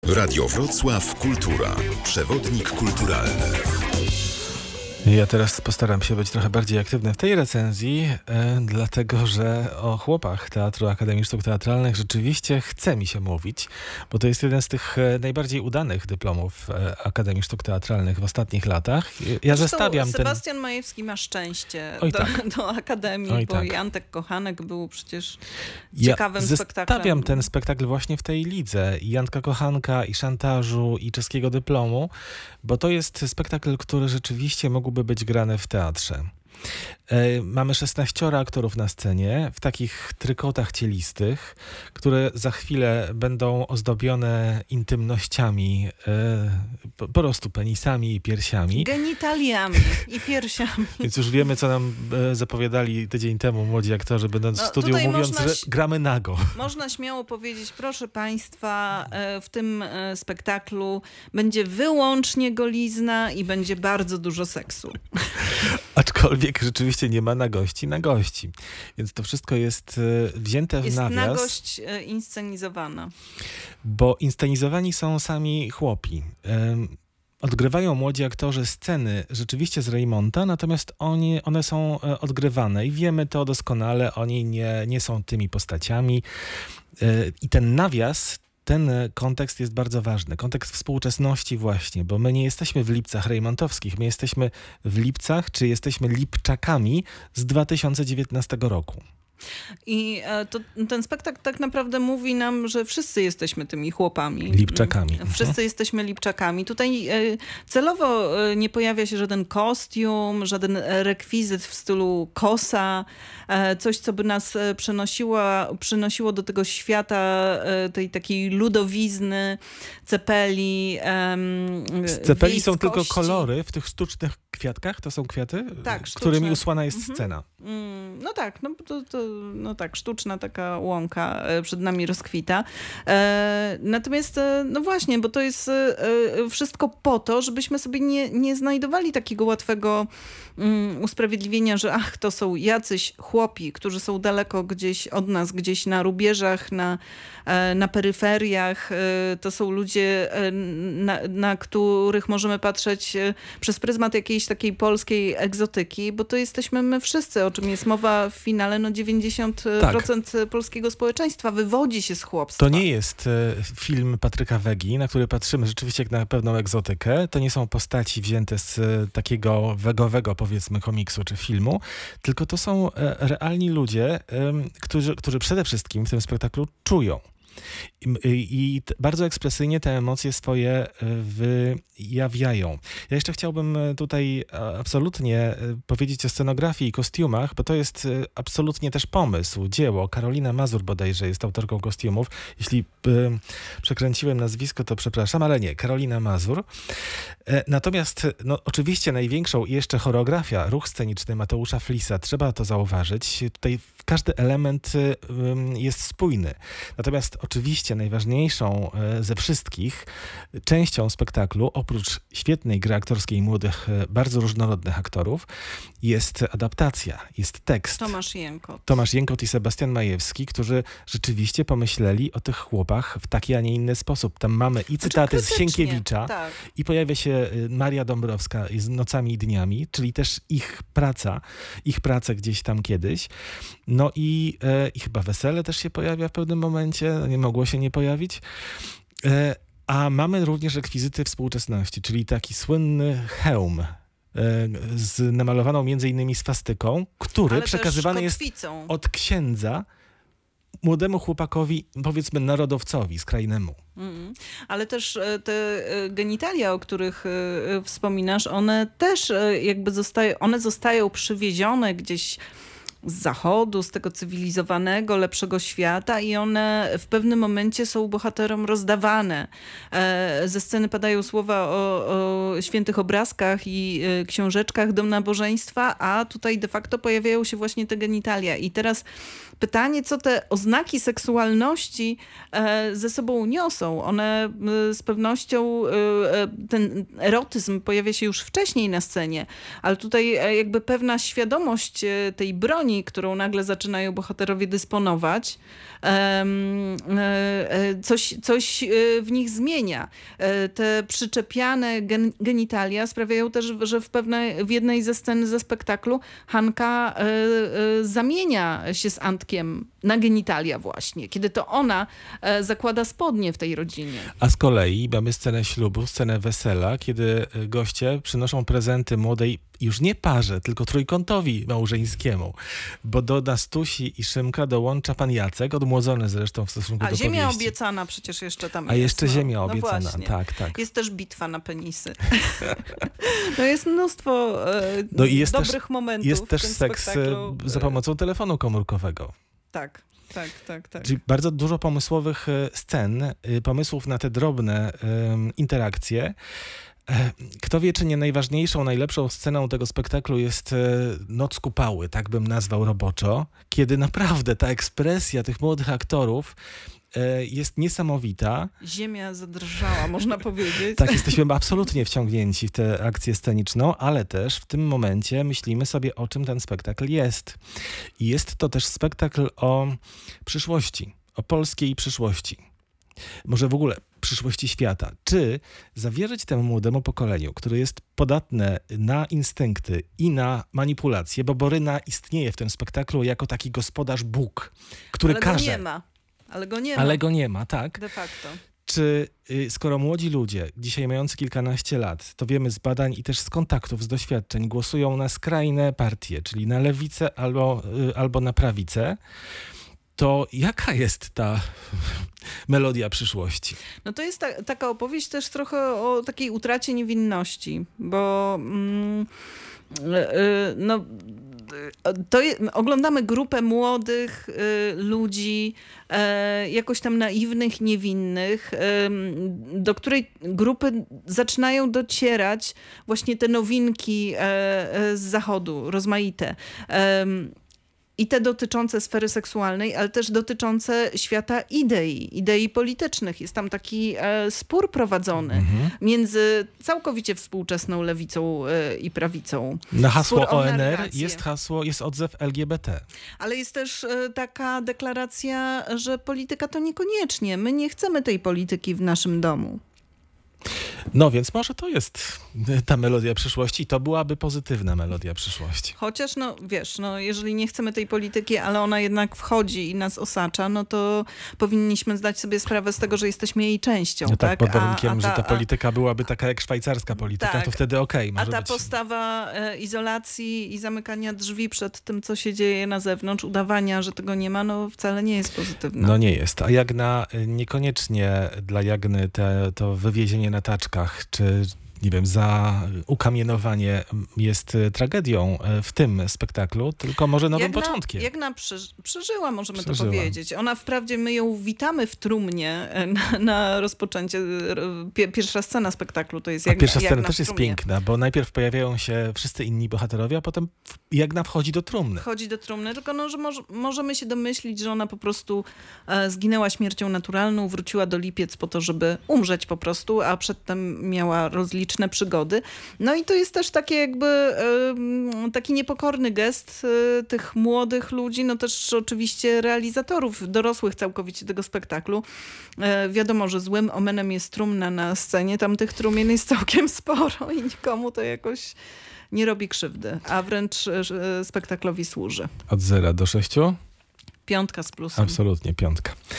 Radio Wrocław Kultura. Przewodnik kulturalny. Ja teraz postaram się być trochę bardziej aktywny w tej recenzji, dlatego że o chłopach Teatru Akademii Sztuk Teatralnych rzeczywiście chce mi się mówić, bo to jest jeden z tych najbardziej udanych dyplomów Akademii Sztuk Teatralnych w ostatnich latach. Ja zestawiam Sebastian Majewski ma szczęście do Akademii, bo Antek Kochanek był przecież ciekawym spektaklem. Zestawiam ten spektakl właśnie w tej lidze i Janka Kochanka, i Szantażu, i Czeskiego Dyplomu, bo to jest spektakl, który rzeczywiście mógłby być grany w teatrze. Mamy 16 aktorów na scenie w takich trykotach cielistych, które za chwilę będą ozdobione intymnościami, po prostu penisami i piersiami. Genitaliami i piersiami. Więc już wiemy, co nam zapowiadali tydzień temu młodzi aktorzy, będąc w studiu, mówiąc, że gramy nago. Można śmiało powiedzieć, proszę Państwa, w tym spektaklu będzie wyłącznie golizna i będzie bardzo dużo seksu. Aczkolwiek rzeczywiście nie ma nagości. Więc to wszystko jest wzięte w nawias. Jest nagość inscenizowana. Bo inscenizowani są sami chłopi. Odgrywają młodzi aktorzy sceny rzeczywiście z Reymonta, natomiast one są odgrywane i wiemy to doskonale. Oni nie są tymi postaciami. I ten nawias, ten kontekst jest bardzo ważny. Kontekst współczesności właśnie, bo my nie jesteśmy w Lipcach rejmontowskich. My jesteśmy w Lipcach, czy jesteśmy Lipczakami z 2019 roku. I ten spektakl tak naprawdę mówi nam, że wszyscy jesteśmy tymi chłopami. Lipczakami. Wszyscy jesteśmy Lipczakami. Tutaj celowo nie pojawia się żaden kostium, żaden rekwizyt w stylu kosa, coś, co by nas przynosiło do tego świata tej takiej ludowizny, cepeli, z cepeli są tylko kolory w tych sztucznych kwiatkach. To są kwiaty, tak, którymi usłana jest scena. No tak, no tak, sztuczna taka łąka przed nami rozkwita. Natomiast, no właśnie, bo to jest wszystko po to, żebyśmy sobie nie znajdowali takiego łatwego usprawiedliwienia, że to są jacyś chłopi, którzy są daleko gdzieś od nas, gdzieś na rubieżach, na peryferiach. To są ludzie, na których możemy patrzeć przez pryzmat jakiejś takiej polskiej egzotyki, bo to jesteśmy my wszyscy, o czym jest mowa w finale. 90% polskiego społeczeństwa wywodzi się z chłopstwa. To nie jest film Patryka Wegi, na który patrzymy rzeczywiście jak na pewną egzotykę. To nie są postaci wzięte z takiego wegowego, powiedzmy, komiksu czy filmu, tylko to są realni ludzie, którzy przede wszystkim w tym spektaklu czują. I bardzo ekspresyjnie te emocje swoje wyjawiają. Ja jeszcze chciałbym tutaj absolutnie powiedzieć o scenografii i kostiumach, bo to jest absolutnie też pomysł, dzieło. Karolina Mazur bodajże jest autorką kostiumów. Jeśli przekręciłem nazwisko, to przepraszam, ale nie, Karolina Mazur. Natomiast oczywiście największą i jeszcze choreografia, ruch sceniczny Mateusza Flisa, trzeba to zauważyć. Tutaj każdy element jest spójny. Natomiast oczywiście najważniejszą ze wszystkich częścią spektaklu, oprócz świetnej gry aktorskiej młodych, bardzo różnorodnych aktorów, jest adaptacja, jest tekst. Tomasz Jękot i Sebastian Majewski, którzy rzeczywiście pomyśleli o tych chłopach w taki, a nie inny sposób. Tam mamy i cytaty z Sienkiewicza, tak. I pojawia się Maria Dąbrowska z Nocami i Dniami, czyli też ich praca gdzieś tam kiedyś. No i chyba Wesele też się pojawia w pewnym momencie, nie mogło się nie pojawić. A mamy również rekwizyty współczesności, czyli taki słynny hełm z namalowaną między innymi swastyką, który przekazywany jest od księdza młodemu chłopakowi, powiedzmy narodowcowi skrajnemu. Ale też te genitalia, o których wspominasz, one też jakby zostają przywiezione gdzieś z zachodu, z tego cywilizowanego, lepszego świata i one w pewnym momencie są bohaterom rozdawane. Ze sceny padają słowa o świętych obrazkach i książeczkach do nabożeństwa, a tutaj de facto pojawiają się właśnie te genitalia. I teraz pytanie, co te oznaki seksualności ze sobą niosą. One z pewnością, ten erotyzm pojawia się już wcześniej na scenie, ale tutaj jakby pewna świadomość tej broni broni, którą nagle zaczynają bohaterowie dysponować, coś w nich zmienia. Te przyczepiane genitalia sprawiają też, że w jednej ze scen ze spektaklu Hanka zamienia się z Antkiem na genitalia właśnie, kiedy to ona zakłada spodnie w tej rodzinie. A z kolei mamy scenę ślubu, scenę wesela, kiedy goście przynoszą prezenty młodej już nie parze, tylko trójkątowi małżeńskiemu, bo do Nastusi i Szymka dołącza pan Jacek, odmłodzony zresztą w stosunku do ziemia powieści. obiecana przecież jeszcze tam A jest. jeszcze ziemia obiecana, właśnie. tak. Jest też bitwa na penisy. No jest mnóstwo dobrych momentów. Jest też w tym seks spektaklu. za pomocą telefonu komórkowego. Tak. Czyli bardzo dużo pomysłowych scen, pomysłów na te drobne interakcje. Kto wie, czy nie najważniejszą, najlepszą sceną tego spektaklu jest Noc Kupały, tak bym nazwał roboczo, kiedy naprawdę ta ekspresja tych młodych aktorów jest niesamowita. Ziemia zadrżała, można powiedzieć. Tak, jesteśmy absolutnie wciągnięci w tę akcję sceniczną, ale też w tym momencie myślimy sobie, o czym ten spektakl jest. I jest to też spektakl o przyszłości, o polskiej przyszłości. Może w ogóle przyszłości świata. Czy zawierzyć temu młodemu pokoleniu, które jest podatne na instynkty i na manipulacje, bo Boryna istnieje w tym spektaklu jako taki gospodarz Bóg, który każe. Ale go nie ma, tak. De facto. Czy skoro młodzi ludzie, dzisiaj mający kilkanaście lat, to wiemy z badań i też z kontaktów, z doświadczeń, głosują na skrajne partie, czyli na lewicę albo na prawicę, to jaka jest ta melodia przyszłości? No to jest taka opowieść też trochę o takiej utracie niewinności, bo oglądamy grupę młodych ludzi, jakoś tam naiwnych, niewinnych, do której grupy zaczynają docierać właśnie te nowinki z zachodu, rozmaite. I te dotyczące sfery seksualnej, ale też dotyczące świata idei politycznych. Jest tam taki spór prowadzony między całkowicie współczesną lewicą i prawicą. Na hasło Spór o ONR narrację. jest odzew LGBT. Ale jest też taka deklaracja, że polityka to niekoniecznie. My nie chcemy tej polityki w naszym domu. No więc może to jest ta melodia przyszłości i to byłaby pozytywna melodia przyszłości. Chociaż jeżeli nie chcemy tej polityki, ale ona jednak wchodzi i nas osacza, no to powinniśmy zdać sobie sprawę z tego, że jesteśmy jej częścią. No tak, tak? pod warunkiem, że ta polityka byłaby taka jak szwajcarska polityka, tak. to wtedy okej, może A ta być. postawa izolacji i zamykania drzwi przed tym, co się dzieje na zewnątrz, udawania, że tego nie ma, no wcale nie jest pozytywna. No nie jest. A Jagna, niekoniecznie dla Jagny to wywiezienie na taczkach, czy nie wiem, za ukamienowanie jest tragedią w tym spektaklu, tylko może nowym początkiem. Jagna przeżyła, możemy to powiedzieć. Ona wprawdzie, my ją witamy w trumnie na rozpoczęcie, pierwsza scena spektaklu to jest Jagna. Pierwsza scena Jagna też jest piękna, bo najpierw pojawiają się wszyscy inni bohaterowie, a potem Jagna wchodzi do trumny. Wchodzi do trumny, tylko że możemy się domyślić, że ona po prostu zginęła śmiercią naturalną, wróciła do Lipiec po to, żeby umrzeć po prostu, a przedtem miała rozliczne przygody. No i to jest też takie jakby taki niepokorny gest tych młodych ludzi, no też oczywiście realizatorów, dorosłych całkowicie tego spektaklu. Wiadomo, że złym omenem jest trumna na scenie, tam tych trumien jest całkiem sporo i nikomu to jakoś nie robi krzywdy, a wręcz spektaklowi służy. Od 0 do 6? 5 z plusem. Absolutnie 5.